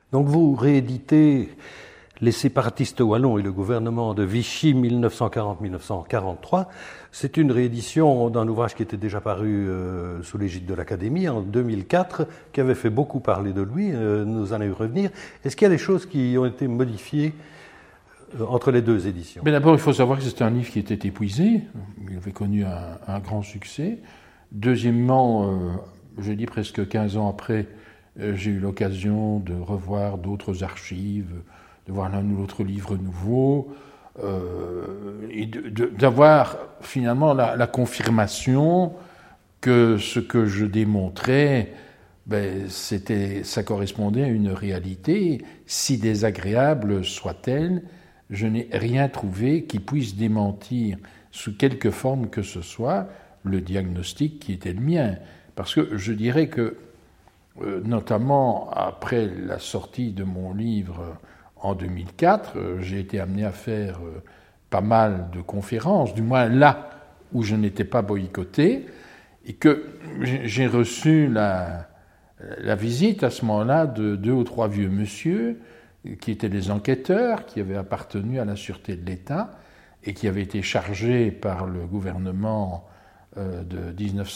Donc vous rééditez Les séparatistes wallons et le gouvernement de Vichy 1940-1943. C'est une réédition d'un ouvrage qui était déjà paru sous l'égide de l'Académie en 2004, qui avait fait beaucoup parler de lui, nous allons y revenir. Est-ce qu'il y a des choses qui ont été modifiées entre les deux éditions? Mais d'abord, il faut savoir que c'était un livre qui était épuisé. Il avait connu un grand succès. Deuxièmement, je dis presque 15 ans après, j'ai eu l'occasion de revoir d'autres archives, de voir l'un ou l'autre livre nouveau, et d'avoir finalement la confirmation que ce que je démontrais, ça correspondait à une réalité, si désagréable soit-elle. Je n'ai rien trouvé qui puisse démentir, sous quelque forme que ce soit, le diagnostic qui était le mien. Parce que je dirais que, notamment après la sortie de mon livre en 2004, j'ai été amené à faire pas mal de conférences, du moins là où je n'étais pas boycotté, et que j'ai reçu la visite à ce moment-là de 2 ou 3 vieux monsieur qui étaient des enquêteurs, qui avaient appartenu à la sûreté de l'État et qui avaient été chargés par le gouvernement de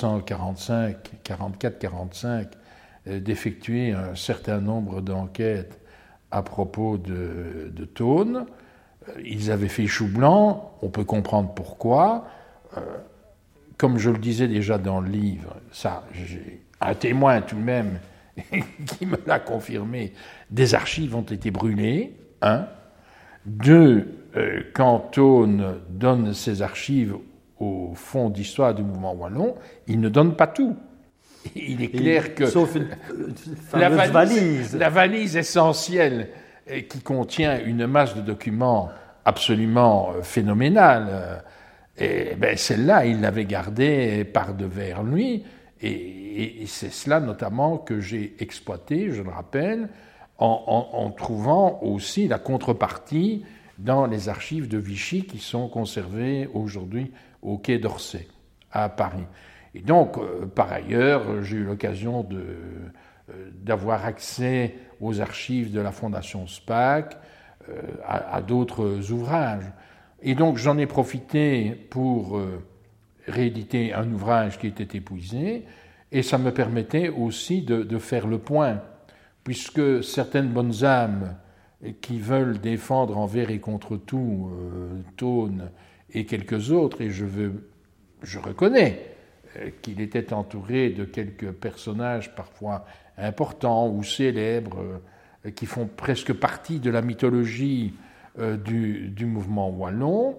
1944-45 d'effectuer un certain nombre d'enquêtes à propos de Thônes. Ils avaient fait chou blanc, on peut comprendre pourquoi. Comme je le disais déjà dans le livre, ça, j'ai un témoin tout de même qui me l'a confirmé, des archives ont été brûlées, 1. 2, quand Thônes donne ses archives au Fonds d'histoire du mouvement wallon, il ne donne pas tout. Il est clair que sauf une valise. La valise essentielle qui contient une masse de documents absolument phénoménale, celle-là, il l'avait gardée par devers lui, et c'est cela notamment que j'ai exploité, je le rappelle, en trouvant aussi la contrepartie dans les archives de Vichy qui sont conservées aujourd'hui au Quai d'Orsay, à Paris. Et donc, par ailleurs, j'ai eu l'occasion d'avoir accès aux archives de la Fondation SPAC, à d'autres ouvrages. Et donc, j'en ai profité pour rééditer un ouvrage qui était épuisé, et ça me permettait aussi de faire le point, puisque certaines bonnes âmes qui veulent défendre envers et contre tout Thônes et quelques autres, et je reconnais qu'il était entouré de quelques personnages parfois importants ou célèbres, qui font presque partie de la mythologie du mouvement wallon,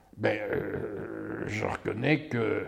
je reconnais que,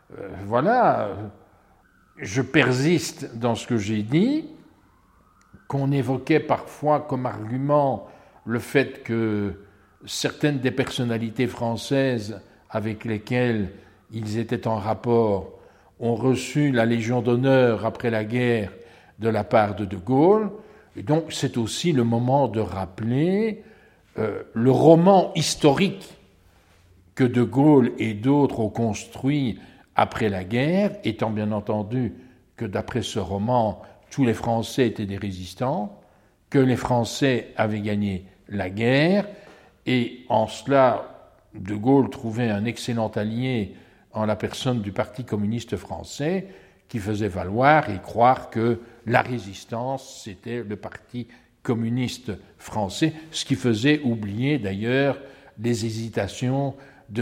je persiste dans ce que j'ai dit, qu'on évoquait parfois comme argument le fait que certaines des personnalités françaises avec lesquelles ils étaient en rapport ont reçu la Légion d'honneur après la guerre de la part de De Gaulle. Et donc c'est aussi le moment de rappeler le roman historique que De Gaulle et d'autres ont construit après la guerre, étant bien entendu que d'après ce roman, tous les Français étaient des résistants, que les Français avaient gagné la guerre, et en cela, De Gaulle trouvait un excellent allié en la personne du Parti communiste français, qui faisait valoir et croire que la résistance, c'était le Parti communiste français, ce qui faisait oublier d'ailleurs les hésitations de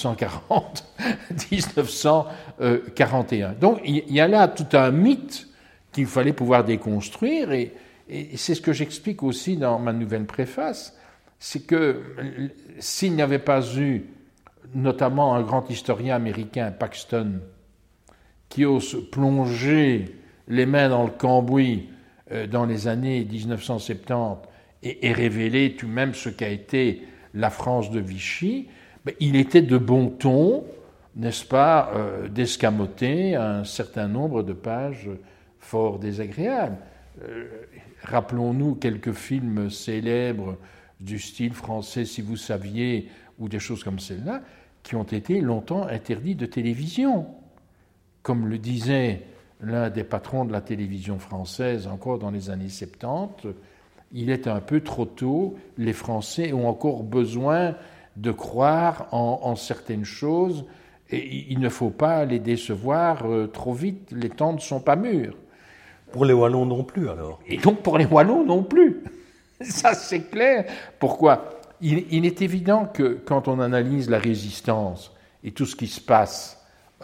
1940-1941. Donc il y a là tout un mythe qu'il fallait pouvoir déconstruire, et c'est ce que j'explique aussi dans ma nouvelle préface, c'est que s'il n'y avait pas eu notamment un grand historien américain, Paxton, qui ose plonger les mains dans le cambouis dans les années 1970 et révéler tout de même ce qu'a été la France de Vichy, il était de bon ton, n'est-ce pas, d'escamoter un certain nombre de pages fort désagréables. Rappelons-nous quelques films célèbres du style français, si vous saviez, ou des choses comme celle-là, qui ont été longtemps interdits de télévision. Comme le disait l'un des patrons de la télévision française encore dans les années 70, il est un peu trop tôt. Les Français ont encore besoin de croire en certaines choses et il ne faut pas les décevoir trop vite. Les temps ne sont pas mûrs. Pour les Wallons non plus, alors. Et donc pour les Wallons non plus. Ça, c'est clair. Pourquoi ? Il est évident que quand on analyse la résistance et tout ce qui se passe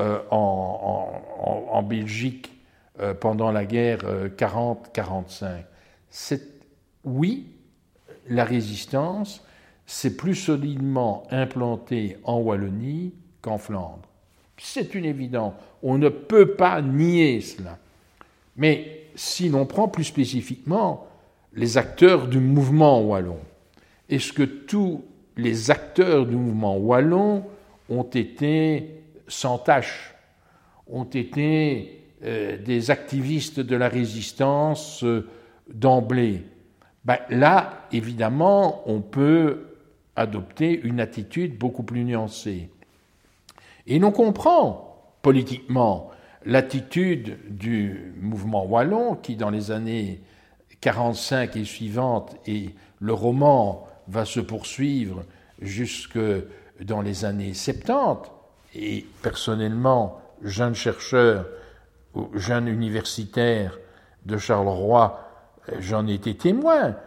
en Belgique pendant la guerre 40-45, oui, la résistance s'est plus solidement implantée en Wallonie qu'en Flandre. C'est une évidence. On ne peut pas nier cela. Mais si l'on prend plus spécifiquement les acteurs du mouvement wallon, est-ce que tous les acteurs du mouvement wallon ont été sans tache, ont été des activistes de la résistance d'emblée? Là, évidemment, on peut adopter une attitude beaucoup plus nuancée. Et l'on comprend politiquement l'attitude du mouvement wallon qui, dans les années 45 et suivantes, et le roman va se poursuivre jusque dans les années 70, et personnellement, jeune chercheur ou jeune universitaire de Charleroi, j'en étais témoin.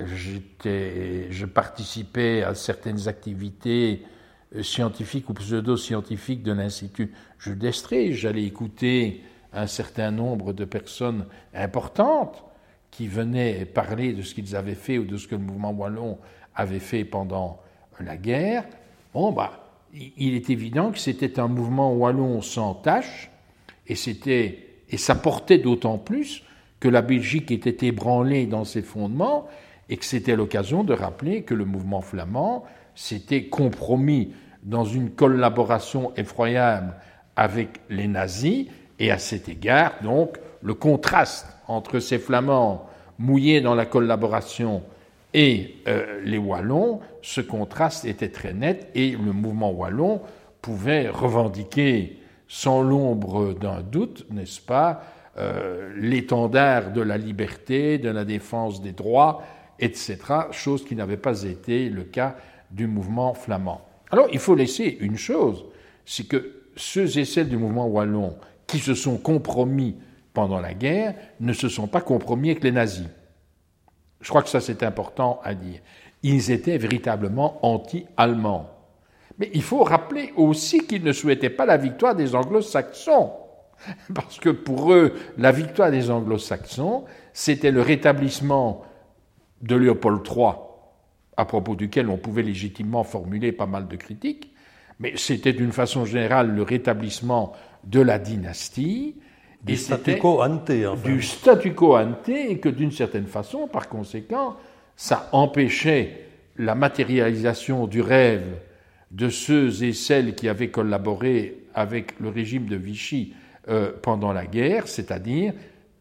Je participais à certaines activités scientifiques ou pseudo-scientifiques de l'Institut Jules d'Estrées. J'allais écouter un certain nombre de personnes importantes qui venaient parler de ce qu'ils avaient fait ou de ce que le mouvement wallon avait fait pendant la guerre. Il est évident que c'était un mouvement wallon sans tache, et ça portait d'autant plus que la Belgique était ébranlée dans ses fondements et que c'était l'occasion de rappeler que le mouvement flamand s'était compromis dans une collaboration effroyable avec les nazis, et à cet égard, donc, le contraste entre ces Flamands mouillés dans la collaboration et les Wallons, ce contraste était très net, et le mouvement wallon pouvait revendiquer sans l'ombre d'un doute, n'est-ce pas, l'étendard de la liberté, de la défense des droits, etc., chose qui n'avait pas été le cas du mouvement flamand. Alors, il faut laisser une chose, c'est que ceux et celles du mouvement wallon qui se sont compromis pendant la guerre ne se sont pas compromis avec les nazis. Je crois que ça, c'est important à dire. Ils étaient véritablement anti-allemands. Mais il faut rappeler aussi qu'ils ne souhaitaient pas la victoire des anglo-saxons. Parce que pour eux, la victoire des anglo-saxons, c'était le rétablissement de Léopold III, à propos duquel on pouvait légitimement formuler pas mal de critiques, mais c'était d'une façon générale le rétablissement de la dynastie. Du statu quo ante, enfin. Du statu quo ante, et que d'une certaine façon, par conséquent, ça empêchait la matérialisation du rêve de ceux et celles qui avaient collaboré avec le régime de Vichy pendant la guerre, c'est-à-dire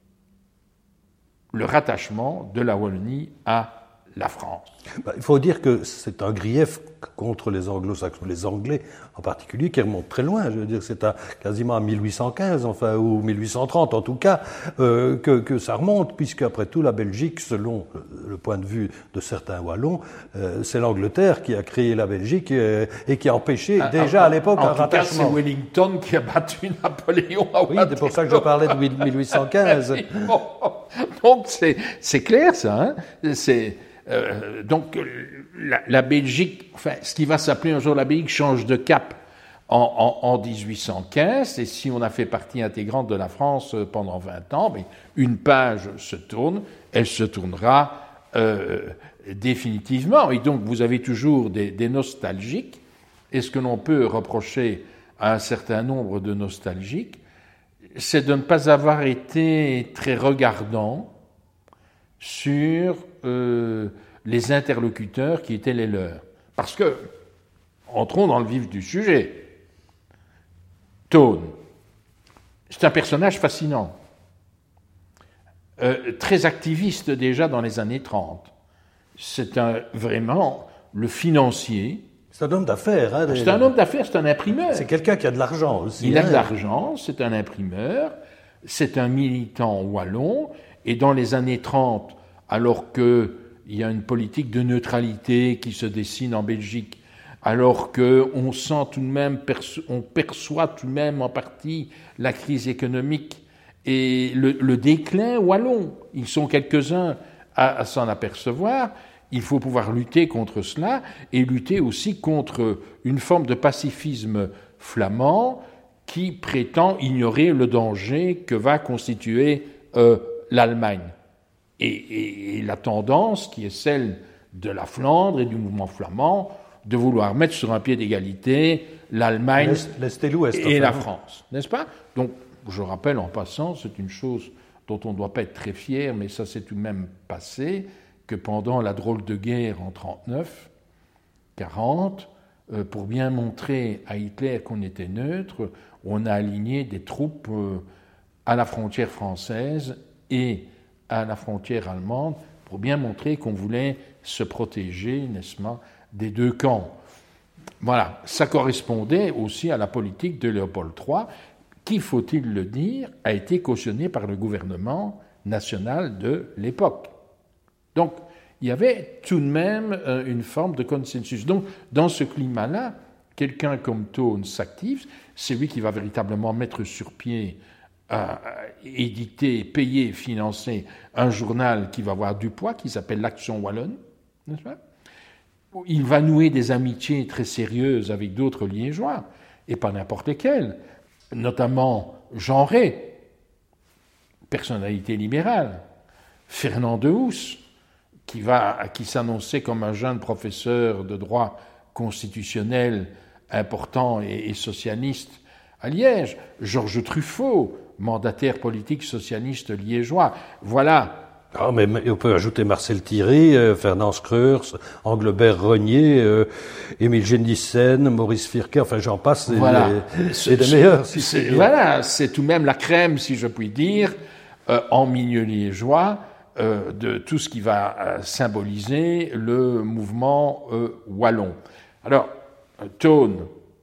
le rattachement de la Wallonie à la France. Il faut dire que c'est un grief contre les anglo-saxons, les Anglais en particulier, qui remonte très loin. Je veux dire, c'est quasiment à 1815, enfin, ou 1830 en tout cas, que ça remonte, puisque après tout, la Belgique, selon le point de vue de certains Wallons, c'est l'Angleterre qui a créé la Belgique et qui a empêché déjà à l'époque un rattachement. En tout cas, c'est Wellington qui a battu Napoléon à Waterloo. Oui, c'est pour ça que je parlais de 1815. Donc, c'est clair, ça. Donc, la Belgique, enfin, ce qui va s'appeler un jour la Belgique change de cap en 1815, et si on a fait partie intégrante de la France pendant 20 ans, mais une page se tourne, elle se tournera définitivement. Et donc, vous avez toujours des nostalgiques, et ce que l'on peut reprocher à un certain nombre de nostalgiques, c'est de ne pas avoir été très regardant sur les interlocuteurs qui étaient les leurs. Parce que, entrons dans le vif du sujet, Tone, c'est un personnage fascinant, très activiste déjà dans les années 30. C'est vraiment le financier. C'est un homme d'affaires. Hein, c'est un homme d'affaires, c'est un imprimeur. C'est quelqu'un qui a de l'argent aussi. Il a de l'argent, c'est un imprimeur, c'est un militant wallon, et dans les années 30, alors que il y a une politique de neutralité qui se dessine en Belgique, alors qu'on sent tout de même, on perçoit tout de même en partie la crise économique et le déclin wallon. Ils sont quelques-uns à s'en apercevoir. Il faut pouvoir lutter contre cela et lutter aussi contre une forme de pacifisme flamand qui prétend ignorer le danger que va constituer l'Allemagne. Et la tendance qui est celle de la Flandre et du mouvement flamand de vouloir mettre sur un pied d'égalité l'Allemagne l'Est et l'Ouest, et la France, n'est-ce pas? Donc, je rappelle en passant, c'est une chose dont on ne doit pas être très fier, mais ça s'est tout de même passé, que pendant la drôle de guerre en 39-40, pour bien montrer à Hitler qu'on était neutre, on a aligné des troupes à la frontière française et à la frontière allemande pour bien montrer qu'on voulait se protéger, n'est-ce pas, des deux camps. Voilà, ça correspondait aussi à la politique de Léopold III, qui, faut-il le dire, a été cautionnée par le gouvernement national de l'époque. Donc, il y avait tout de même une forme de consensus. Donc, dans ce climat-là, quelqu'un comme Thon s'active, c'est lui qui va véritablement mettre sur pied, éditer, payer, financer un journal qui va avoir du poids, qui s'appelle l'Action Wallonne, n'est-ce pas? Il va nouer des amitiés très sérieuses avec d'autres liégeois, et pas n'importe lesquels, notamment Jean Rey, personnalité libérale, Fernand de Housse, qui s'annonçait comme un jeune professeur de droit constitutionnel important et socialiste à Liège, Georges Truffaut, mandataire politique socialiste liégeois. Voilà. Ah, mais on peut ajouter Marcel Thierry, Fernand Screurs, Anglebert Rognier, Émile Génissen, Maurice Firquet, enfin j'en passe, voilà. C'est des meilleurs. Voilà, c'est tout de même la crème, si je puis dire, en milieu liégeois, de tout ce qui va symboliser le mouvement wallon. Alors, Thon,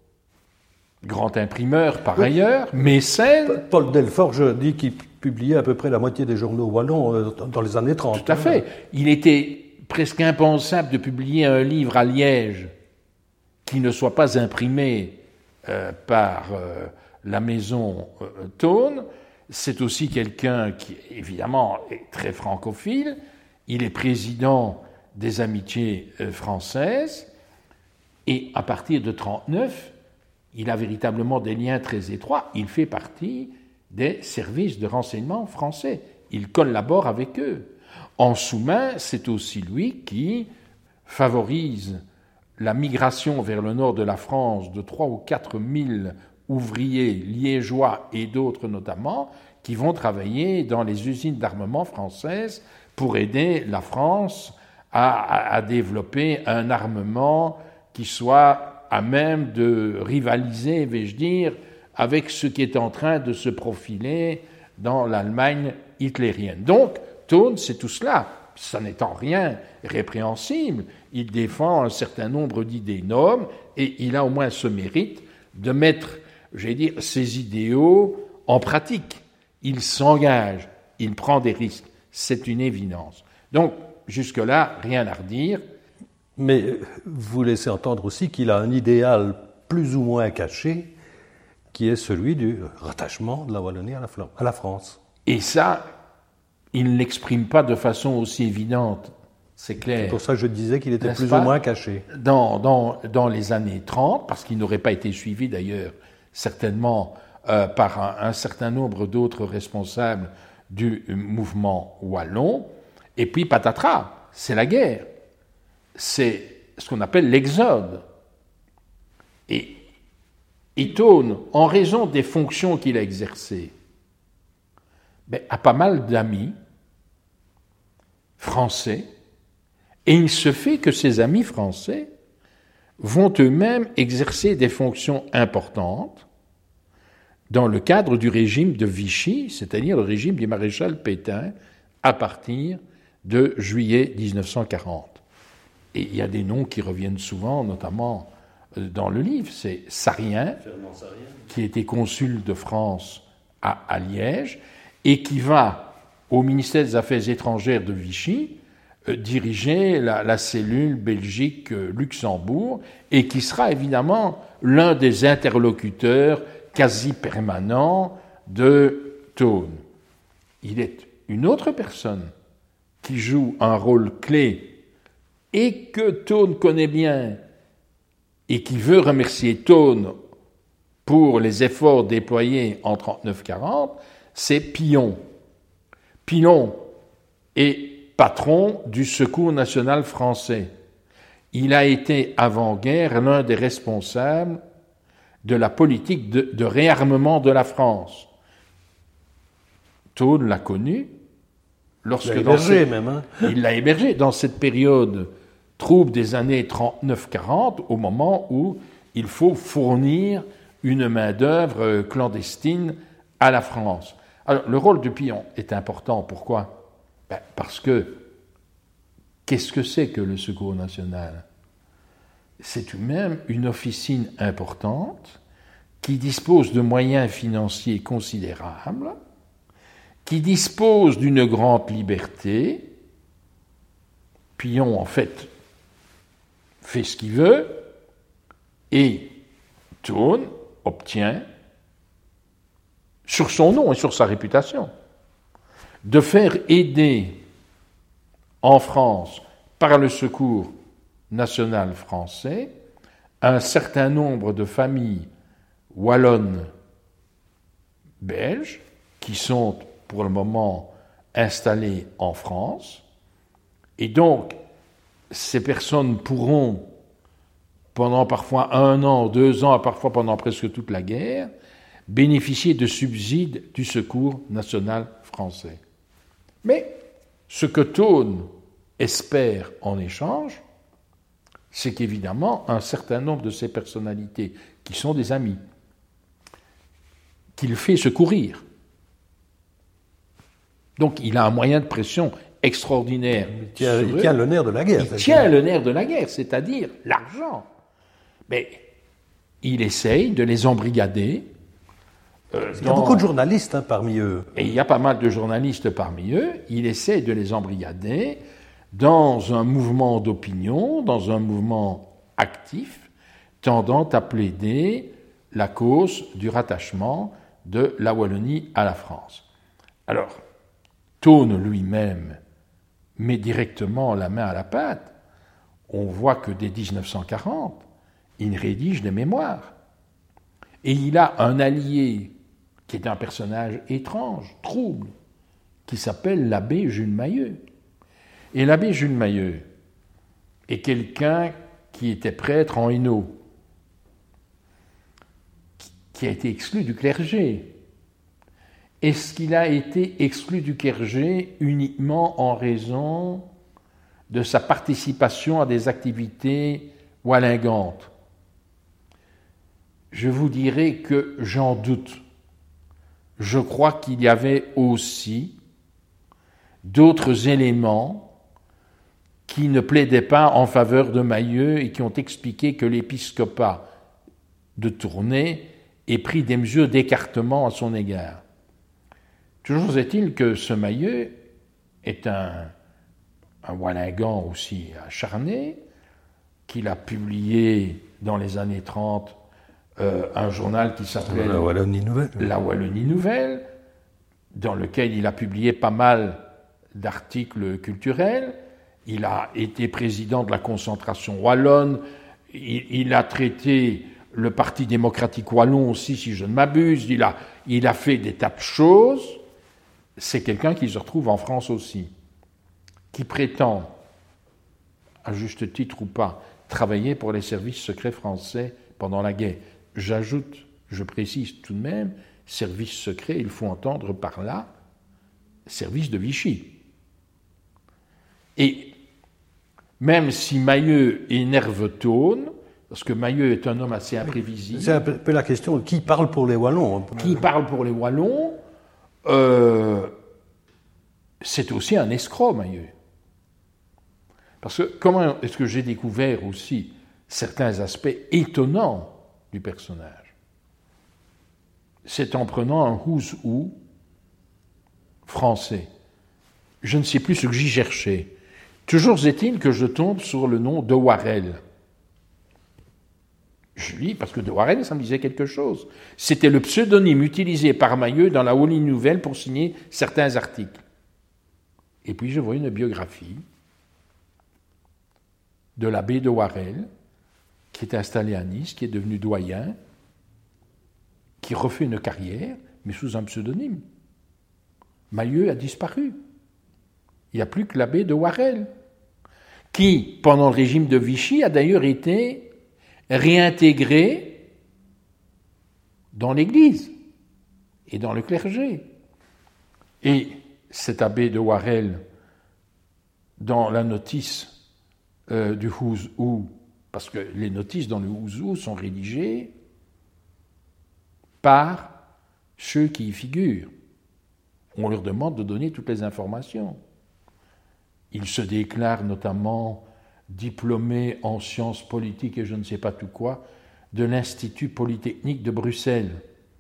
grand imprimeur par ailleurs, mécène. Paul Delforge dit qu'il publiait à peu près la moitié des journaux wallons dans les années 30. Tout à fait. Il était presque impensable de publier un livre à Liège qui ne soit pas imprimé par la maison Thon. C'est aussi quelqu'un qui, évidemment, est très francophile. Il est président des Amitiés françaises. Et à partir de 1939, il a véritablement des liens très étroits. Il fait partie des services de renseignement français. Il collabore avec eux. En sous-main, c'est aussi lui qui favorise la migration vers le nord de la France de 3 ou 4 000 ouvriers liégeois et d'autres notamment, qui vont travailler dans les usines d'armement françaises pour aider la France à développer un armement qui soit à même de rivaliser, vais-je dire, avec ce qui est en train de se profiler dans l'Allemagne hitlérienne. Donc, Thon, c'est tout cela. Ça n'est en rien répréhensible. Il défend un certain nombre d'idées nobles et il a au moins ce mérite de mettre, j'allais dire, ses idéaux en pratique. Il s'engage, il prend des risques. C'est une évidence. Donc, jusque-là, rien à redire. Mais vous laissez entendre aussi qu'il a un idéal plus ou moins caché, qui est celui du rattachement de la Wallonie à la France. Et ça, il ne l'exprime pas de façon aussi évidente, c'est clair. C'est pour ça que je disais qu'il était plus ou moins caché. Dans les années 30, parce qu'il n'aurait pas été suivi d'ailleurs certainement par un certain nombre d'autres responsables du mouvement wallon, et puis patatras, c'est la guerre. C'est ce qu'on appelle l'exode. Et Thon, en raison des fonctions qu'il a exercées, a pas mal d'amis français, et il se fait que ces amis français vont eux-mêmes exercer des fonctions importantes dans le cadre du régime de Vichy, c'est-à-dire le régime du maréchal Pétain, à partir de juillet 1940. Et il y a des noms qui reviennent souvent, notamment dans le livre. C'est Sarrien, qui était consul de France à Liège, et qui va au ministère des Affaires étrangères de Vichy diriger la cellule Belgique-Luxembourg et qui sera évidemment l'un des interlocuteurs quasi permanents de Tone. Il est une autre personne qui joue un rôle clé et que Tone connaît bien et qui veut remercier Tone pour les efforts déployés en 39-40, c'est Pillon. Pillon est patron du Secours national français. Il a été avant-guerre l'un des responsables de la politique de réarmement de la France. Tone l'a connu lorsque il l'a hébergé dans cette période trouble des années 39-40, au moment où il faut fournir une main-d'œuvre clandestine à la France. Alors, le rôle de Pillon est important. Pourquoi ? Parce que, qu'est-ce que c'est que le Secours national ? C'est tout de même une officine importante qui dispose de moyens financiers considérables, qui dispose d'une grande liberté. Pillon, en fait, fait ce qu'il veut, et Tone obtient, sur son nom et sur sa réputation, de faire aider en France, par le Secours national français, un certain nombre de familles wallonnes belges qui sont pour le moment installées en France. Et donc, ces personnes pourront, pendant parfois 1 an, 2 ans, parfois pendant presque toute la guerre, bénéficier de subsides du Secours national français. Mais ce que Tone espère en échange, c'est qu'évidemment, un certain nombre de ces personnalités, qui sont des amis, qu'il fait secourir. Donc il a un moyen de pression extraordinaire. Il tient le nerf de la guerre. Il tient le nerf de la guerre, c'est-à-dire l'argent. Mais il essaye de les embrigader. Il y a beaucoup de journalistes parmi eux. Et il y a pas mal de journalistes parmi eux. Il essaye de les embrigader dans un mouvement d'opinion, dans un mouvement actif, tendant à plaider la cause du rattachement de la Wallonie à la France. Alors, Tone lui-même met directement la main à la pâte. On voit que dès 1940, il rédige des mémoires. Et il a un allié qui est un personnage étrange, trouble, qui s'appelle l'abbé Jules Mayeux. Et l'abbé Jules Mayeux est quelqu'un qui était prêtre en Hainaut, qui a été exclu du clergé. Est-ce qu'il a été exclu du clergé uniquement en raison de sa participation à des activités wallingantes ? Je vous dirais que j'en doute. Je crois qu'il y avait aussi d'autres éléments qui ne plaidaient pas en faveur de Mayeux et qui ont expliqué que l'épiscopat de Tournai ait pris des mesures d'écartement à son égard. Toujours est-il que ce Mayeux est un Wallingant aussi acharné, qu'il a publié dans les années 30 un journal qui s'appelait La Wallonie Nouvelle. La Wallonie Nouvelle, dans lequel il a publié pas mal d'articles culturels. Il a été président de la concentration wallonne. Il a traité le Parti démocratique wallon aussi, si je ne m'abuse. Il a fait des tas de choses. C'est quelqu'un qui se retrouve en France aussi, qui prétend, à juste titre ou pas, travailler pour les services secrets français pendant la guerre. J'ajoute, je précise tout de même, service secret, il faut entendre par là service de Vichy. Et même si Mayeux énerve Tone, parce que Mayeux est un homme assez imprévisible. C'est un peu la question, qui parle pour les Wallons ? Qui parle pour les Wallons, c'est aussi un escroc, Mayeux. Parce que comment est-ce que j'ai découvert aussi certains aspects étonnants du personnage ? C'est en prenant un who's who français. Je ne sais plus ce que j'y cherchais. Toujours est-il que je tombe sur le nom de Warel. Je lis parce que de Warel, ça me disait quelque chose. C'était le pseudonyme utilisé par Mayeux dans la Holy Nouvelle pour signer certains articles. Et puis je vois une biographie de l'abbé de Warel, qui est installé à Nice, qui est devenu doyen, qui refait une carrière, mais sous un pseudonyme. Mayeux a disparu. Il n'y a plus que l'abbé de Warel, qui, pendant le régime de Vichy, a d'ailleurs été réintégré dans l'Église et dans le clergé. Et cet abbé de Warel, dans la notice du Who's Who, parce que les notices dans le Who's Who sont rédigées par ceux qui y figurent. On leur demande de donner toutes les informations. Il se déclare notamment diplômé en sciences politiques et je ne sais pas tout quoi, de l'Institut Polytechnique de Bruxelles.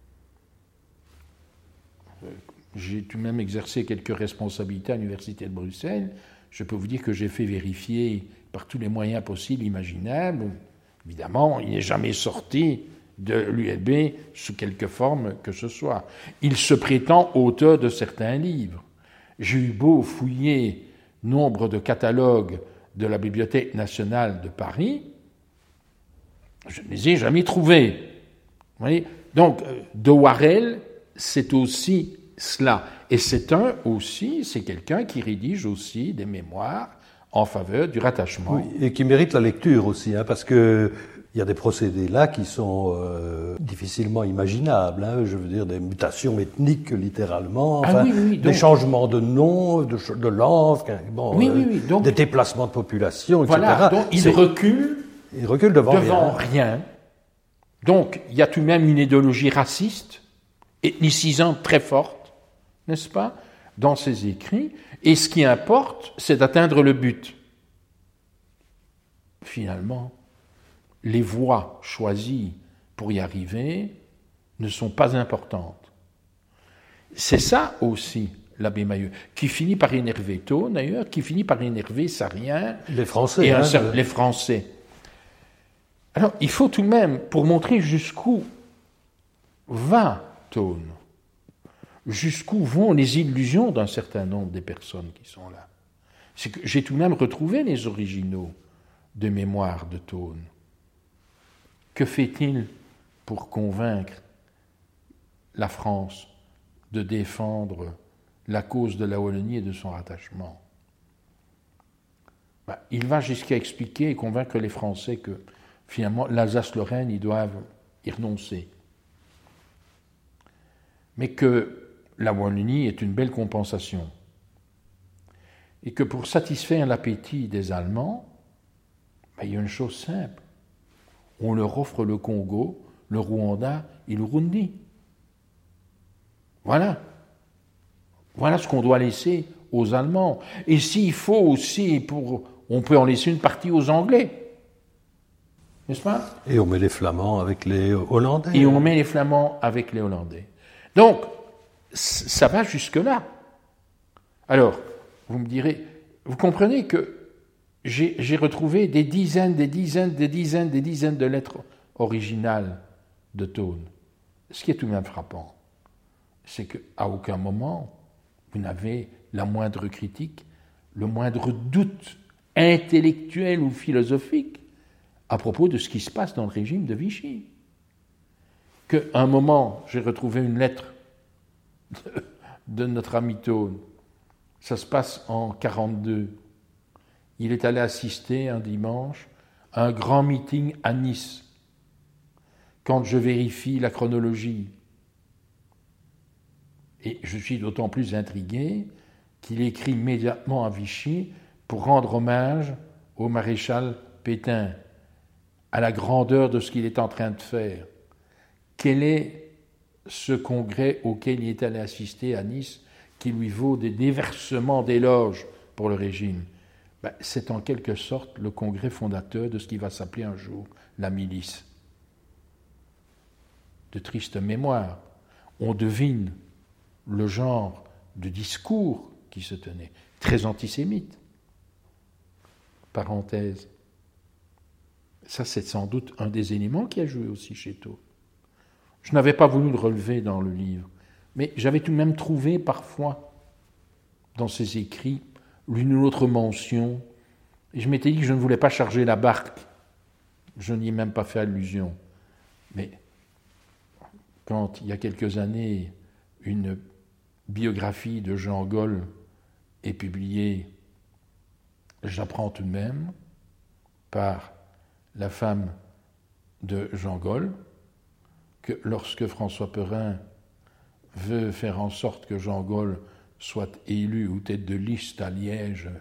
J'ai tout de même exercé quelques responsabilités à l'Université de Bruxelles. Je peux vous dire que j'ai fait vérifier par tous les moyens possibles, imaginables. Évidemment, il n'est jamais sorti de l'ULB sous quelque forme que ce soit. Il se prétend auteur de certains livres. J'ai eu beau fouiller nombre de catalogues de la Bibliothèque nationale de Paris, je ne les ai jamais trouvés. Vous voyez ? Donc, de Warel, c'est aussi cela. Et c'est quelqu'un qui rédige aussi des mémoires en faveur du rattachement. Oui, et qui mérite la lecture aussi, parce que il y a des procédés là qui sont difficilement imaginables. Je veux dire, des mutations ethniques, littéralement, donc, des changements de nom, de langue, donc, des déplacements de population, etc. Voilà, donc il recule devant rien. Donc, il y a tout de même une idéologie raciste, ethnicisante très forte, n'est-ce pas, dans ses écrits. Et ce qui importe, c'est d'atteindre le but. Finalement, les voies choisies pour y arriver ne sont pas importantes. C'est ça aussi, l'abbé Mayeux, qui finit par énerver Tone, d'ailleurs, qui finit par énerver Sarrien. Les Français. Et les Français. Alors, il faut tout de même, pour montrer jusqu'où va Tone, jusqu'où vont les illusions d'un certain nombre des personnes qui sont là, c'est que j'ai tout de même retrouvé les originaux de mémoire de Tone. Que fait-il pour convaincre la France de défendre la cause de la Wallonie et de son rattachement ? Il va jusqu'à expliquer et convaincre les Français que finalement l'Alsace-Lorraine, ils doivent y renoncer. Mais que la Wallonie est une belle compensation. Et que pour satisfaire l'appétit des Allemands, il y a une chose simple. On leur offre le Congo, le Rwanda et le Burundi. Voilà. Voilà ce qu'on doit laisser aux Allemands. Et s'il faut aussi, on peut en laisser une partie aux Anglais. N'est-ce pas ? Et on met les Flamands avec les Hollandais. Et on met les Flamands avec les Hollandais. Donc, ça va jusque-là. Alors, vous me direz, vous comprenez que j'ai retrouvé des dizaines de lettres originales de Tone. Ce qui est tout de même frappant, c'est qu'à aucun moment, vous n'avez la moindre critique, le moindre doute intellectuel ou philosophique à propos de ce qui se passe dans le régime de Vichy. Qu'à un moment, j'ai retrouvé une lettre de notre ami Tone. Ça se passe en 1942. Il est allé assister un dimanche à un grand meeting à Nice. Quand je vérifie la chronologie, et je suis d'autant plus intrigué qu'il écrit immédiatement à Vichy pour rendre hommage au maréchal Pétain, à la grandeur de ce qu'il est en train de faire. Quel est ce congrès auquel il est allé assister à Nice qui lui vaut des déversements d'éloges pour le régime ? C'est en quelque sorte le congrès fondateur de ce qui va s'appeler un jour la milice. De triste mémoire, on devine le genre de discours qui se tenait, très antisémite. parenthèse. Ça, c'est sans doute un des éléments qui a joué aussi chez Taune. Je n'avais pas voulu le relever dans le livre, mais j'avais tout de même trouvé parfois, dans ses écrits, l'une ou l'autre mention, et je m'étais dit que je ne voulais pas charger la barque. Je n'y ai même pas fait allusion. Mais quand, il y a quelques années, une biographie de Jean Gol est publiée, j'apprends tout de même, par la femme de Jean Gol, que lorsque François Perrin veut faire en sorte que Jean Gol soit élu ou tête de liste à Liège,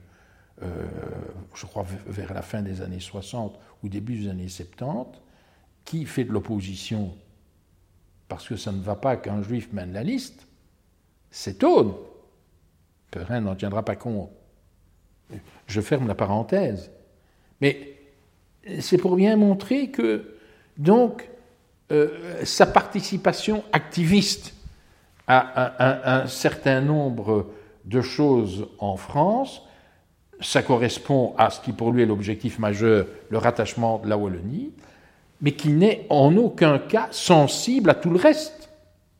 je crois vers la fin des années 60 ou début des années 70, qui fait de l'opposition parce que ça ne va pas qu'un juif mène la liste, c'est Taune. Perrin n'en tiendra pas compte. Je ferme la parenthèse. Mais c'est pour bien montrer que, donc, sa participation activiste à un certain nombre de choses en France, ça correspond à ce qui pour lui est l'objectif majeur, le rattachement de la Wallonie, mais qui n'est en aucun cas sensible à tout le reste.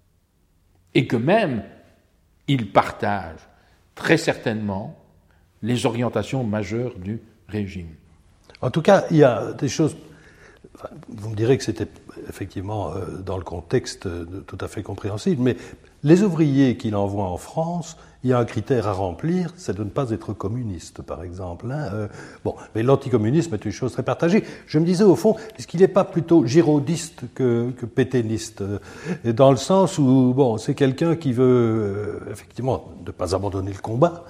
Et que même, il partage très certainement les orientations majeures du régime. En tout cas, il y a des choses... Enfin, vous me direz que c'était effectivement dans le contexte tout à fait compréhensible, mais les ouvriers qu'il envoie en France, il y a un critère à remplir, c'est de ne pas être communiste, par exemple. Bon, mais l'anticommunisme est une chose très partagée. Je me disais, au fond, est-ce qu'il n'est pas plutôt girodiste que pétainiste, dans le sens où, bon, c'est quelqu'un qui veut, effectivement, ne pas abandonner le combat,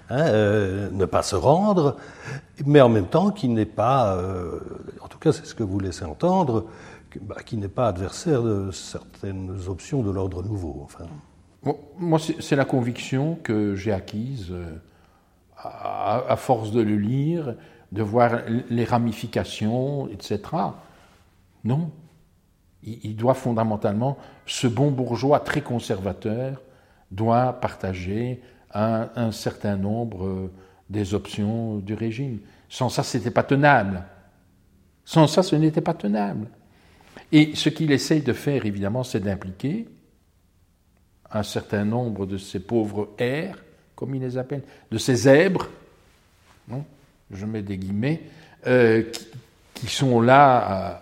ne pas se rendre, mais en même temps qui n'est pas, en tout cas c'est ce que vous laissez entendre, qui n'est pas adversaire de certaines options de l'ordre nouveau. Enfin. Bon, moi c'est la conviction que j'ai acquise à force de le lire, de voir les ramifications, etc. Non, il doit fondamentalement, ce bon bourgeois très conservateur doit partager un certain nombre des options du régime. Sans ça, c'était pas tenable. Sans ça, ce n'était pas tenable. Et ce qu'il essaye de faire, évidemment, c'est d'impliquer un certain nombre de ces pauvres airs, comme il les appelle, de ces zèbres, non, je mets des guillemets, qui sont là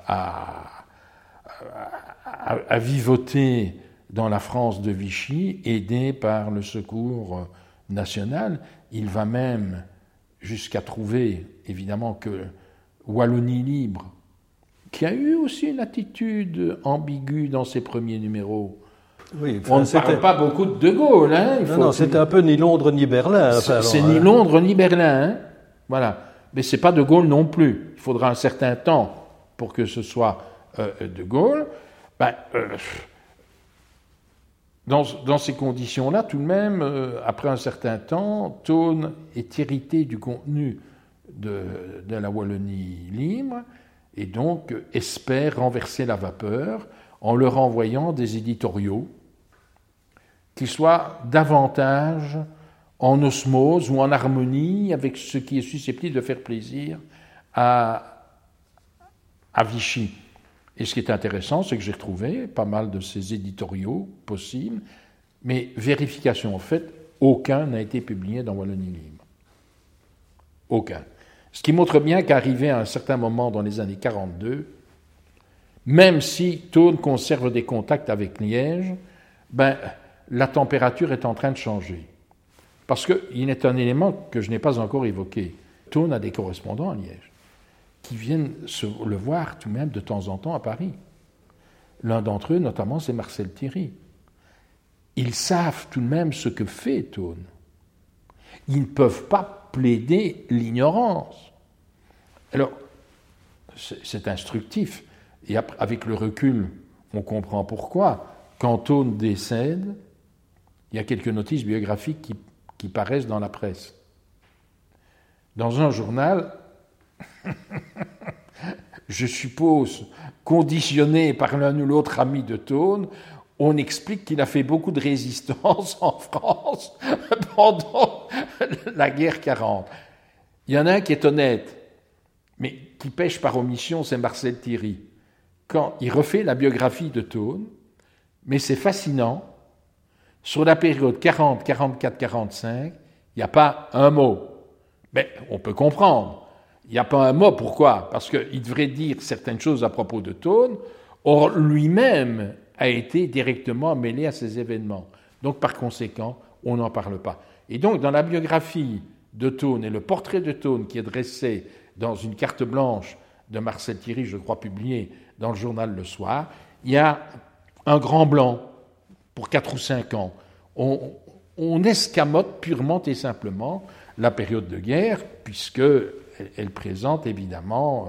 à vivoter dans la France de Vichy, aidés par le Secours national. Il va même jusqu'à trouver, évidemment, que Wallonie libre, qui a eu aussi une attitude ambiguë dans ses premiers numéros. Oui, on ne parle pas beaucoup de Gaulle. Hein, non, c'était un peu ni Londres ni Berlin. C'est ni Londres ni Berlin. Hein, voilà. Mais ce n'est pas de Gaulle non plus. Il faudra un certain temps pour que ce soit de Gaulle. Dans ces conditions-là, tout de même, après un certain temps, Taune est hérité du contenu de la Wallonie libre et donc espère renverser la vapeur en leur envoyant des éditoriaux qui soient davantage en osmose ou en harmonie avec ce qui est susceptible de faire plaisir à Vichy. Et ce qui est intéressant, c'est que j'ai retrouvé pas mal de ces éditoriaux possibles, mais vérification en fait, aucun n'a été publié dans Wallonie libre. Aucun. Ce qui montre bien qu'arrivé à un certain moment dans les années 42, même si Taune conserve des contacts avec Liège, la température est en train de changer. Parce qu'il est un élément que je n'ai pas encore évoqué. Taune a des correspondants à Liège qui viennent le voir tout de même de temps en temps à Paris. L'un d'entre eux, notamment, c'est Marcel Thierry. Ils savent tout de même ce que fait Taune. Ils ne peuvent pas plaider l'ignorance. Alors, c'est instructif. Et avec le recul, on comprend pourquoi. Quand Taune décède, il y a quelques notices biographiques qui paraissent dans la presse. Dans un journal, je suppose, conditionné par l'un ou l'autre ami de Taune, on explique qu'il a fait beaucoup de résistance en France pendant la guerre 40. Il y en a un qui est honnête, mais qui pêche par omission, c'est Marcel Thierry. Quand il refait la biographie de Tone, mais c'est fascinant, sur la période 40, 44, 45, il n'y a pas un mot. Mais on peut comprendre. Il n'y a pas un mot, pourquoi ? Parce qu'il devrait dire certaines choses à propos de Tone, or lui-même a été directement mêlé à ces événements. Donc par conséquent, on n'en parle pas. Et donc dans la biographie de Tone et le portrait de Tone qui est dressé dans une carte blanche de Marcel Thierry, je crois publiée dans le journal Le Soir, il y a un grand blanc pour 4 ou 5 ans. On escamote purement et simplement la période de guerre, puisqu'elle présente évidemment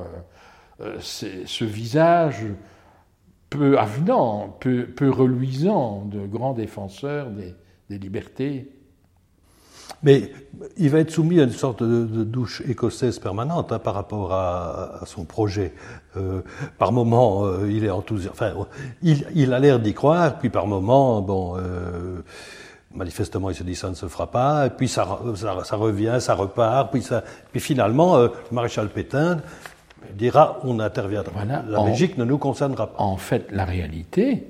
ce visage peu avenant, peu reluisant de grands défenseurs des libertés. Mais il va être soumis à une sorte de douche écossaise permanente par rapport à son projet. Par moments, il est enthousiaste. Enfin, il a l'air d'y croire, puis par moments, manifestement, il se dit ça ne se fera pas, et puis ça revient, ça repart, puis finalement, le maréchal Pétain dira on interviendra. Voilà, la Belgique ne nous concernera pas. En fait, la réalité,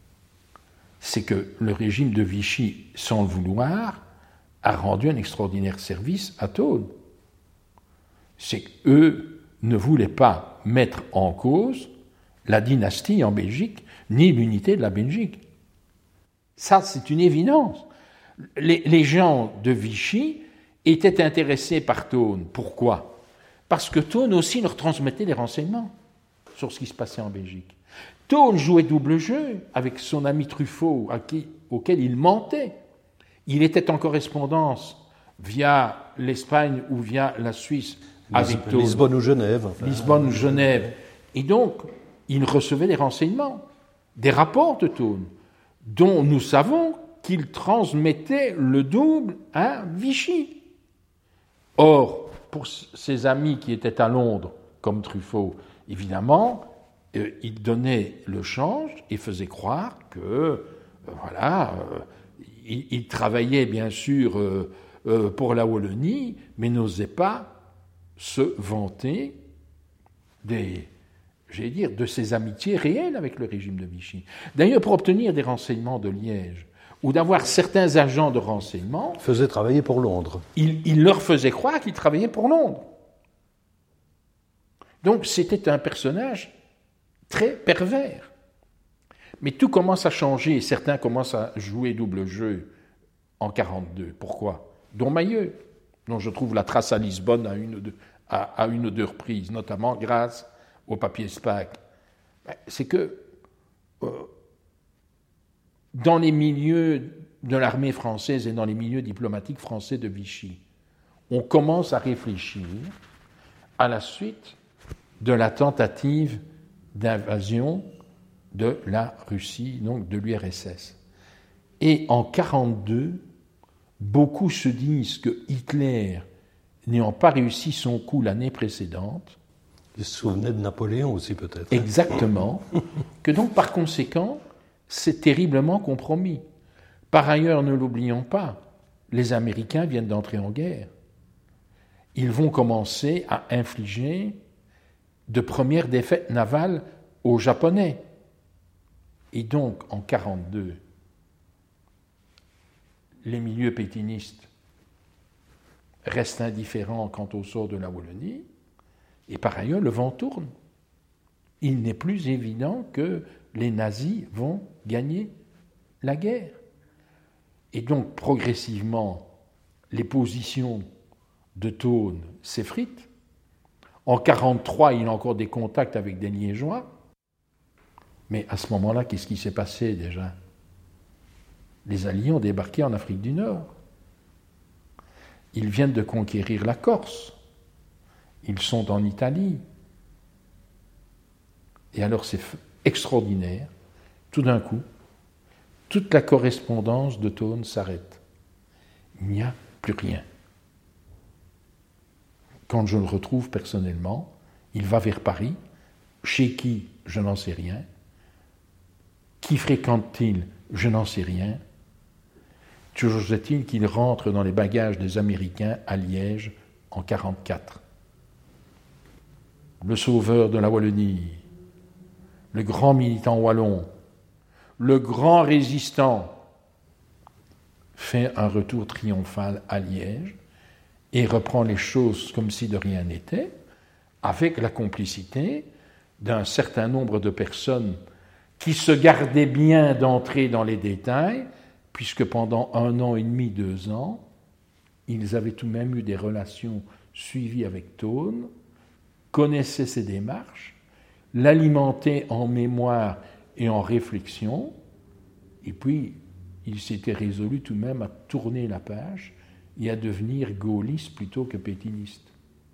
c'est que le régime de Vichy, sans le vouloir, a rendu un extraordinaire service à Tone. C'est qu'eux ne voulaient pas mettre en cause la dynastie en Belgique, ni l'unité de la Belgique. Ça, c'est une évidence. Les gens de Vichy étaient intéressés par Tone. Pourquoi ? Parce que Tone aussi leur transmettait des renseignements sur ce qui se passait en Belgique. Tone jouait double jeu avec son ami Truffaut, auquel il mentait. Il était en correspondance via l'Espagne ou via la Suisse avec Tone. Lisbonne ou Genève. Enfin. Lisbonne ou Genève. Et donc, il recevait des renseignements, des rapports de Tone, dont nous savons qu'il transmettait le double à Vichy. Or, pour ses amis qui étaient à Londres, comme Truffaut, évidemment, il donnait le change et faisait croire que, il travaillait bien sûr pour la Wallonie, mais n'osait pas se vanter de ses amitiés réelles avec le régime de Vichy. D'ailleurs, pour obtenir des renseignements de Liège, ou d'avoir certains agents de renseignement... faisait travailler pour Londres. Il leur faisait croire qu'ils travaillaient pour Londres. Donc c'était un personnage très pervers. Mais tout commence à changer, et certains commencent à jouer double jeu en 1942. Pourquoi ? Dont Mailleux, dont je trouve la trace à Lisbonne à une ou deux reprises, notamment grâce au papier SPAC. C'est que dans les milieux de l'armée française et dans les milieux diplomatiques français de Vichy, on commence à réfléchir à la suite de la tentative d'invasion de la Russie, donc de l'URSS. Et en 1942, beaucoup se disent que Hitler, n'ayant pas réussi son coup l'année précédente... Il se souvenait de Napoléon aussi peut-être. Exactement. Que donc par conséquent, c'est terriblement compromis. Par ailleurs, ne l'oublions pas, les Américains viennent d'entrer en guerre. Ils vont commencer à infliger de premières défaites navales aux Japonais. Et donc, en 1942, les milieux pétainistes restent indifférents quant au sort de la Wallonie, et par ailleurs, le vent tourne. Il n'est plus évident que les nazis vont gagner la guerre. Et donc, progressivement, les positions de Tone s'effritent. En 1943, il a encore des contacts avec des Liégeois. Mais à ce moment-là, qu'est-ce qui s'est passé déjà ? Les Alliés ont débarqué en Afrique du Nord. Ils viennent de conquérir la Corse. Ils sont en Italie. Et alors c'est extraordinaire. Tout d'un coup, toute la correspondance de Tone s'arrête. Il n'y a plus rien. Quand je le retrouve personnellement, il va vers Paris. Chez qui ? Je n'en sais rien. Qui fréquente-t-il ? Je n'en sais rien. Toujours est-il qu'il rentre dans les bagages des Américains à Liège en 1944. le sauveur de la Wallonie, le grand militant wallon, le grand résistant, fait un retour triomphal à Liège et reprend les choses comme si de rien n'était, avec la complicité d'un certain nombre de personnes qui se gardaient bien d'entrer dans les détails, puisque pendant 1 an et demi, 2 ans, ils avaient tout de même eu des relations suivies avec Tone, connaissaient ses démarches, l'alimentaient en mémoire et en réflexion, et puis il s'était résolu tout de même à tourner la page et à devenir gaulliste plutôt que pétiniste.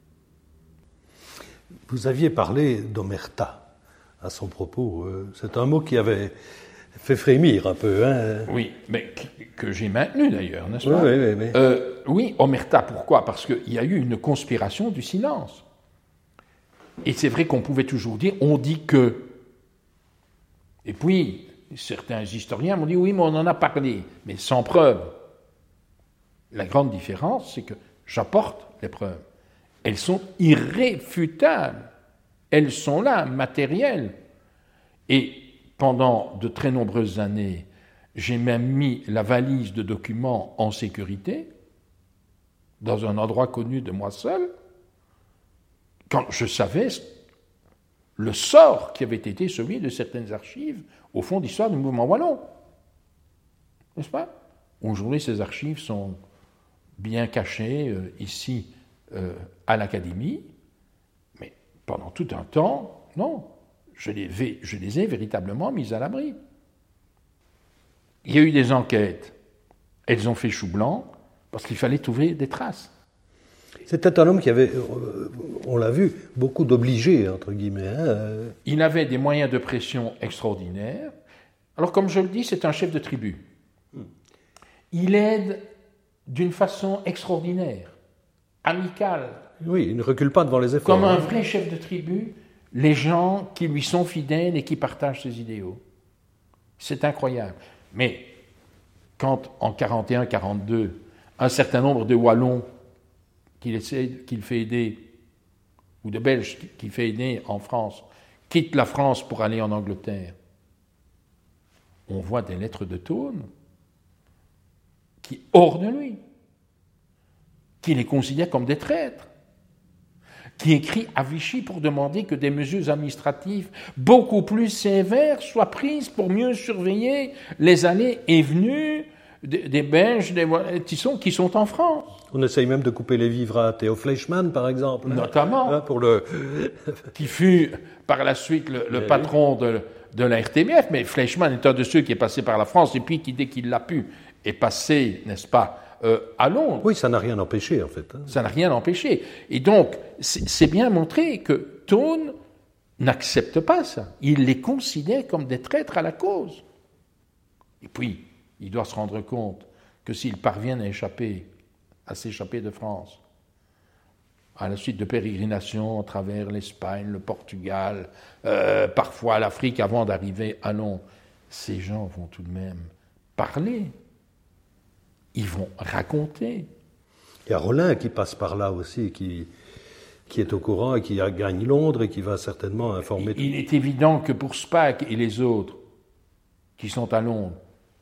Vous aviez parlé d'omerta à son propos. C'est un mot qui avait fait frémir un peu. Hein. Oui, mais que j'ai maintenu d'ailleurs, n'est-ce pas? Oui. Oui, omerta, pourquoi? Parce qu'il y a eu une conspiration du silence. Et c'est vrai qu'on pouvait toujours dire « on dit que ». Et puis, certains historiens m'ont dit « oui, mais on en a parlé », mais sans preuve. La grande différence, c'est que j'apporte les preuves. Elles sont irréfutables. Elles sont là, matérielles. Et pendant de très nombreuses années, j'ai même mis la valise de documents en sécurité, dans un endroit connu de moi seul, quand je savais le sort qui avait été celui de certaines archives au fond d'histoire du mouvement wallon. N'est-ce pas? Aujourd'hui, ces archives sont bien cachées ici à l'Académie, mais pendant tout un temps, non, je les ai véritablement mises à l'abri. Il y a eu des enquêtes, elles ont fait chou blanc, parce qu'il fallait trouver des traces. C'était un homme qui avait, on l'a vu, beaucoup d'obligés, entre guillemets. Hein. Il avait des moyens de pression extraordinaires. Alors, comme je le dis, c'est un chef de tribu. Il aide d'une façon extraordinaire, amicale. Oui, il ne recule pas devant les efforts. Comme un vrai chef de tribu, les gens qui lui sont fidèles et qui partagent ses idéaux. C'est incroyable. Mais quand, en 41-42, un certain nombre de Wallons qu'il fait aider, ou de Belges qu'il fait aider en France, quittent la France pour aller en Angleterre, on voit des lettres de Tone qui, hors de lui, qui les considère comme des traîtres, qui écrit à Vichy pour demander que des mesures administratives beaucoup plus sévères soient prises pour mieux surveiller les allées et venues des Belges qui sont en France. On essaye même de couper les vivres à Théo Fleischmann, par exemple. Notamment. Pour qui fut par la suite le patron de la RTBF, mais Fleischmann est un de ceux qui est passé par la France et puis qui, dès qu'il l'a pu, est passé, n'est-ce pas, à Londres. Oui, ça n'a rien empêché, en fait. Hein. Ça n'a rien empêché. Et donc, c'est bien montré que Tone n'accepte pas ça. Il les considère comme des traîtres à la cause. Et puis, il doit se rendre compte que s'ils parviennent à s'échapper de France, à la suite de pérégrinations à travers l'Espagne, le Portugal, parfois l'Afrique, avant d'arriver à Londres, ces gens vont tout de même parler. Ils vont raconter. Il y a Rollin qui passe par là aussi, qui est au courant et qui gagne Londres et qui va certainement informer. Il est évident que pour Spaak et les autres qui sont à Londres,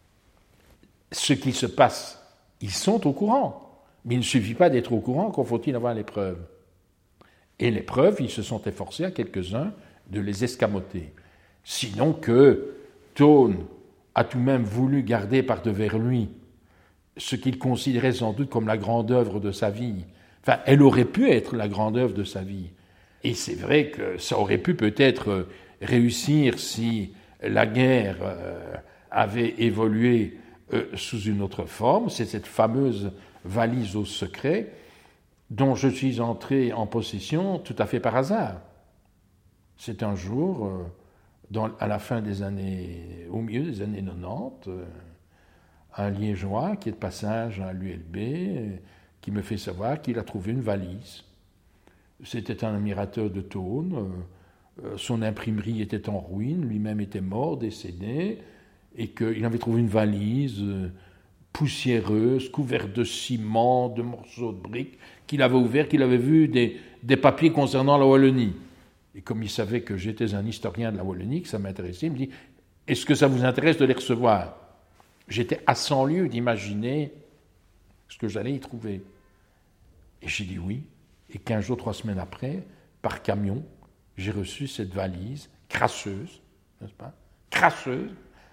ce qui se passe, ils sont au courant. Mais il ne suffit pas d'être au courant, qu'on faut-il avoir les preuves. Et les preuves, ils se sont efforcés à quelques-uns de les escamoter. Sinon que Tone a tout de même voulu garder par devers lui ce qu'il considérait sans doute comme la grande œuvre de sa vie. Enfin, elle aurait pu être la grande œuvre de sa vie. Et c'est vrai que ça aurait pu peut-être réussir si la guerre avait évolué sous une autre forme. C'est cette fameuse valise au secret dont je suis entré en possession tout à fait par hasard. C'est un jour, à la fin des années, au milieu des années 90, un Liégeois qui est de passage à l'ULB, qui me fait savoir qu'il a trouvé une valise. C'était un admirateur de Tone, son imprimerie était en ruine, lui-même était mort, décédé, et qu'il avait trouvé une valise poussiéreuse, couverte de ciment, de morceaux de briques, qu'il avait ouvert, qu'il avait vu des papiers concernant la Wallonie. Et comme il savait que j'étais un historien de la Wallonie, que ça m'intéressait, il me dit « Est-ce que ça vous intéresse de les recevoir ?» J'étais à 100 lieues d'imaginer ce que j'allais y trouver. Et j'ai dit oui. Et 15 jours, 3 semaines après, par camion, j'ai reçu cette valise crasseuse, n'est-ce pas? Crasseuse.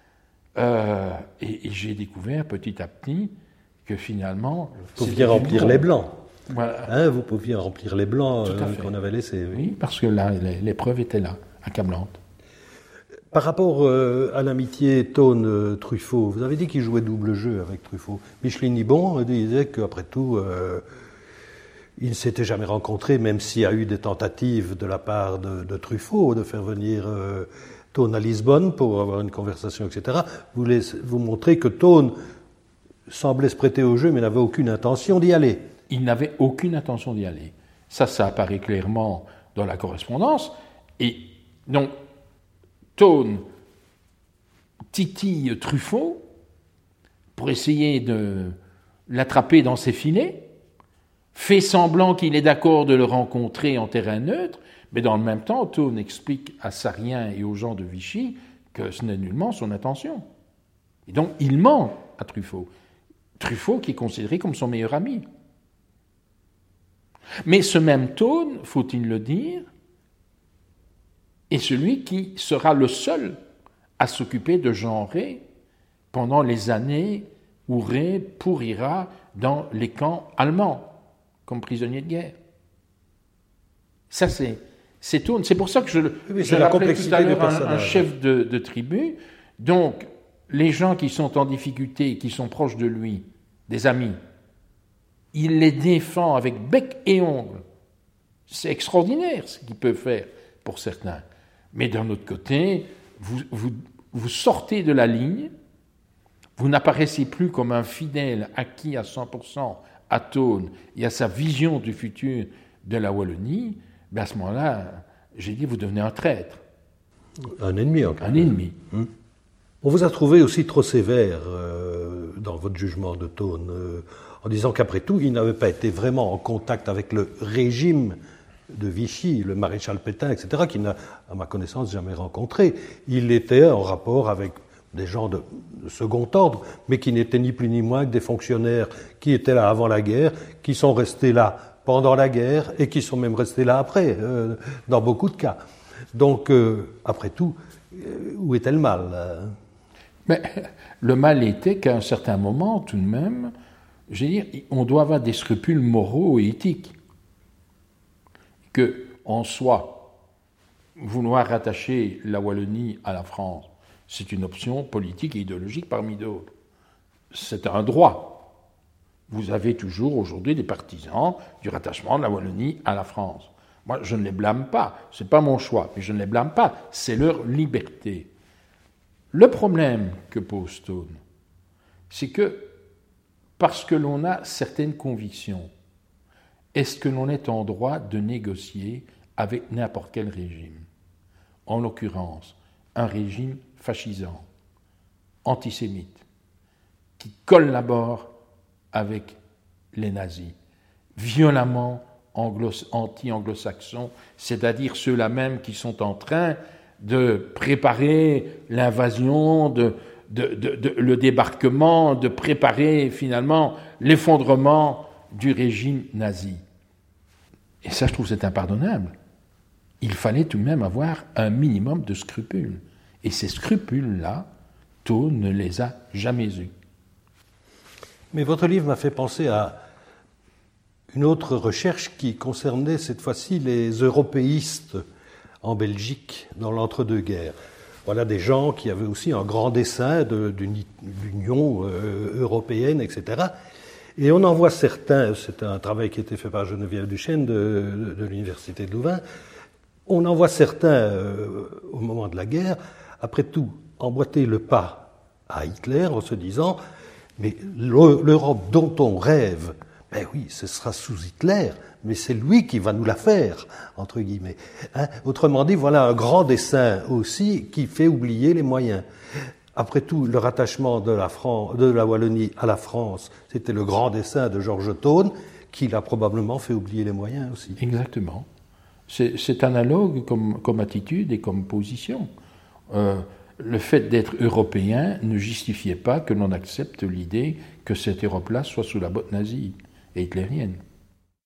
Et j'ai découvert petit à petit que finalement... Vous pouviez remplir les blancs. Voilà. Hein, vous pouviez remplir les blancs qu'on avait laissés. Oui. Oui, parce que là, l'épreuve était là, accablante. Par rapport à l'amitié Tone-Truffaut, vous avez dit qu'il jouait double jeu avec Truffaut. Micheline Nibon disait qu'après tout, ils ne s'étaient jamais rencontrés, même s'il y a eu des tentatives de la part de Truffaut de faire venir Tone à Lisbonne pour avoir une conversation, etc. Vous montrez que Tone semblait se prêter au jeu, mais n'avait aucune intention d'y aller. Il n'avait aucune intention d'y aller. Ça apparaît clairement dans la correspondance. Et donc, Tone titille Truffaut pour essayer de l'attraper dans ses filets, fait semblant qu'il est d'accord de le rencontrer en terrain neutre, mais dans le même temps, Tone explique à Sarrien et aux gens de Vichy que ce n'est nullement son intention. Et donc, il ment à Truffaut. Truffaut qui est considéré comme son meilleur ami. Mais ce même Tone, faut-il le dire, est celui qui sera le seul à s'occuper de Jean Rey pendant les années où Rey pourrira dans les camps allemands comme prisonnier de guerre. Ça, c'est Tone. C'est pour ça que je l'appelais tout à l'heure un chef de tribu. Donc, les gens qui sont en difficulté, qui sont proches de lui, des amis, il les défend avec bec et ongle. C'est extraordinaire ce qu'il peut faire pour certains. Mais d'un autre côté, vous sortez de la ligne, vous n'apparaissez plus comme un fidèle acquis à 100% à Tone et à sa vision du futur de la Wallonie, ben à ce moment-là, j'ai dit, vous devenez un traître. Un ennemi, encore. Un ennemi. On vous a trouvé aussi trop sévère dans votre jugement de Tone, en disant qu'après tout, il n'avait pas été vraiment en contact avec le régime de Vichy, le maréchal Pétain, etc., qu'il n'a, à ma connaissance, jamais rencontré. Il était en rapport avec des gens de second ordre, mais qui n'étaient ni plus ni moins que des fonctionnaires qui étaient là avant la guerre, qui sont restés là pendant la guerre et qui sont même restés là après, dans beaucoup de cas. Donc, après tout, où était le mal? Mais le mal était qu'à un certain moment, tout de même, je veux dire, on doit avoir des scrupules moraux et éthiques. Que, en soi, vouloir rattacher la Wallonie à la France, c'est une option politique et idéologique parmi d'autres. C'est un droit. Vous avez toujours aujourd'hui des partisans du rattachement de la Wallonie à la France. Moi, je ne les blâme pas. Ce n'est pas mon choix, mais je ne les blâme pas. C'est leur liberté. Le problème que pose Tone, c'est que parce que l'on a certaines convictions, est-ce que l'on est en droit de négocier avec n'importe quel régime? En l'occurrence, un régime fascisant, antisémite, qui collabore avec les nazis, violemment anti-anglo-saxons, c'est-à-dire ceux-là même qui sont en train de préparer l'invasion, le débarquement, de préparer finalement l'effondrement du régime nazi. Et ça, je trouve, c'est impardonnable. Il fallait tout de même avoir un minimum de scrupules. Et ces scrupules-là, Tone ne les a jamais eus. Mais votre livre m'a fait penser à une autre recherche qui concernait cette fois-ci les européistes en Belgique dans l'entre-deux-guerres. Voilà des gens qui avaient aussi un grand dessein d'une union européenne, etc. Et on en voit certains, c'est un travail qui a été fait par Geneviève Duchesne de l'Université de Louvain, on en voit certains au moment de la guerre, après tout, emboîter le pas à Hitler en se disant « mais l'Europe dont on rêve, ben oui, ce sera sous Hitler, mais c'est lui qui va nous la faire, entre guillemets. Hein? Autrement dit, voilà un grand dessein aussi qui fait oublier les moyens. Après tout, le rattachement de la Wallonie à la France, c'était le grand dessein de Georges Tone, qui l'a probablement fait oublier les moyens aussi. Exactement. C'est analogue comme attitude et comme position. Le fait d'être européen ne justifiait pas que l'on accepte l'idée que cette Europe-là soit sous la botte nazie et hitlérienne.